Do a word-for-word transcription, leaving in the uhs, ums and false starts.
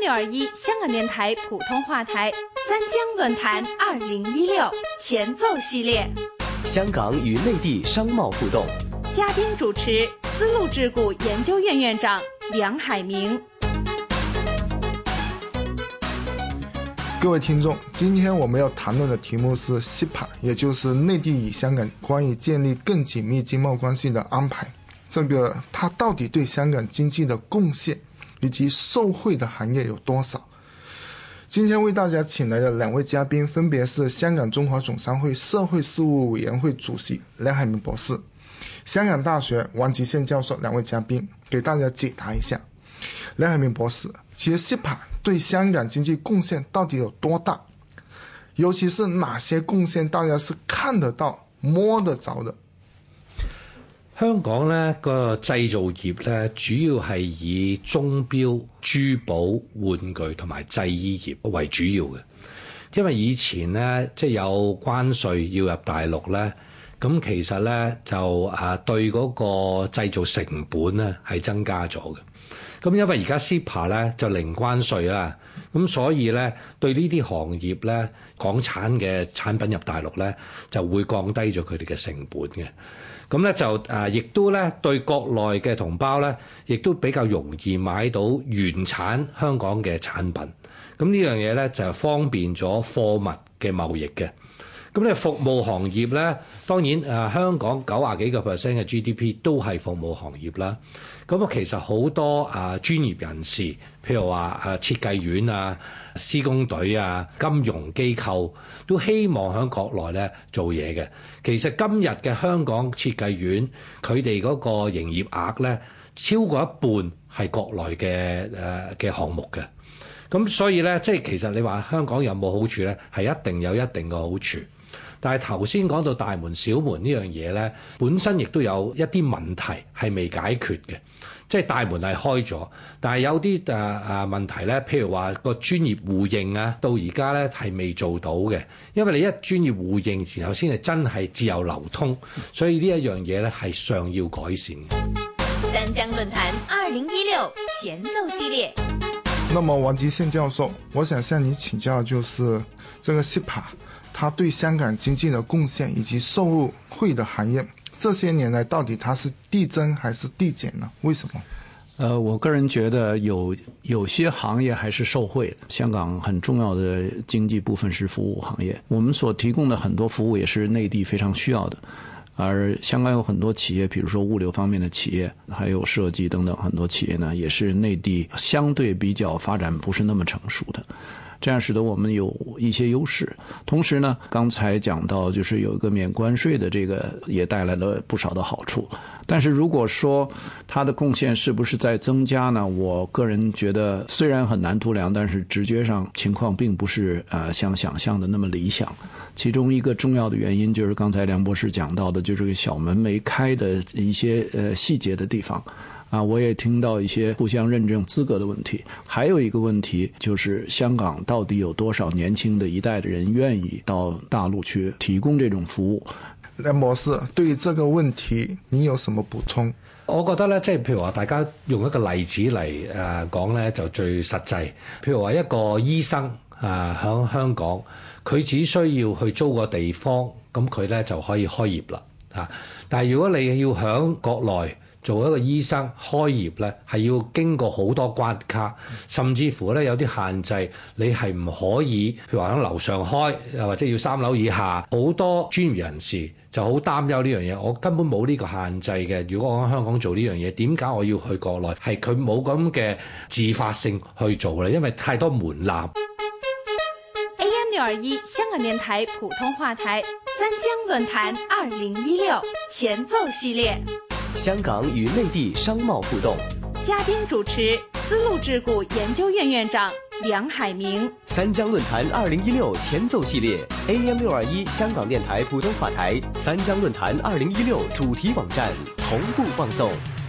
六二一香港电台普通话台三江论坛二零一六前奏系列， 香港与内地商贸互动， 嘉宾主持丝路智库研究院院长梁海明。 各位听众，今天我们要谈论的题目是 C E P A， 也就是内地与香港关于建立更紧密经贸关系的安排。这个它到底对香港经济的贡献以及受惠的行业有多少？今天为大家请来的两位嘉宾分别是香港中华总商会社会事务委员会主席梁海明博士，香港大学王吉宪教授，两位嘉宾给大家解答一下。梁海明博士，其实 C E P A 对香港经济贡献到底有多大？尤其是哪些贡献大家是看得到、摸得着的？ 香港咧個製造業咧，主要係以鐘錶、珠寶、玩具同埋製衣業為主要嘅。因為以前咧，即係有關稅要入大陸咧，咁其實咧就啊對嗰個製造成本咧係增加咗嘅。咁因為而家 C E P A 咧就零關稅啦，咁所以咧對呢啲行業咧港產嘅產品入大陸咧就會降低咗佢哋嘅成本嘅。咁咧就誒，亦都咧對國內嘅同胞咧，亦都比較容易買到原產香港嘅產品。咁呢樣嘢咧就方便咗貨物嘅貿易嘅。咁咧服務行業咧，當然誒、啊、香港九十幾個 percent 嘅 G D P 都係服務行業啦。咁啊其實好多啊專業人士，譬如話啊設計院啊、施工隊啊、金融機構都希望喺國內咧做嘢嘅。其實今日嘅香港設計院，佢哋嗰個營業額咧超過一半係國內嘅誒嘅項目嘅。咁所以咧，即係其實你話香港有冇好處咧？係一定有一定嘅好處。但係頭先講到大門小門呢樣嘢咧，本身亦都有一啲問題係未解決嘅。即係大門係開咗，但係有啲誒誒問題咧，譬如話個專業互認啊，到而家咧係未做到嘅。因為你一專業互認時候先係真係自由流通，所以呢一樣嘢咧係尚要改善嘅。 三江論壇二零一六前奏系列。 那麼王吉憲教授，我想向你請教，就是這個 C E P A 它對香港經濟的貢獻以及受惠的行業，這些年來到底它是遞增還是遞減呢？為什麼？ 呃，我個人覺得有有些行業還是受惠。香港很重要的經濟部分是服務行業，我們所提供的很多服務也是內地非常需要的。而香港有很多企業，比如說物流方面的企業，還有設計等等很多企業呢，也是內地相對比較發展不是那麼成熟的。這樣使得我們有一些優勢。同時呢，剛才講到就是有一個免關稅的這個也帶來了不少的好處。但是如果說它的貢獻是不是在增加呢？我個人覺得雖然很難估量，但是直覺上情況並不是呃像想象的那麼理想。其中一個重要的原因就是剛才梁博士講到的，就是這個小門沒開的一些呃細節的地方。啊，我也聽到一些互相認證資格的問題，還有一個問題就是香港到底有多少年輕的一代的人願意到大陸去提供這種服務？ 梁博士，對於這個問題，你有什麼補充？ 我覺得咧，即係譬如話，大家用一個例子嚟誒講咧，就最實際。譬如話一個醫生啊，喺香港，佢只需要去租個地方，咁佢咧就可以開業啦。啊，但係如果你要喺國內做一個醫生開業咧，係要經過好多關卡，甚至乎咧有啲限制，你係唔可以，譬如話喺樓上開，又或者要三樓以下。好多專業人士就好擔憂呢樣嘢，我根本冇呢個限制嘅。如果我喺香港做呢樣嘢，點解我要去國內？係佢冇咁嘅自發性去做咧，因為太多門檻。 A M 六二一香港電台普通話台三江論壇二零一六前奏系列。 香港與內地商貿互動， 嘉賓主持絲路智庫研究院院長梁海明。 三江論壇二零一六前奏系列 A M 六二一香港電台普通話台三江論壇二零一六主題網站同步放送。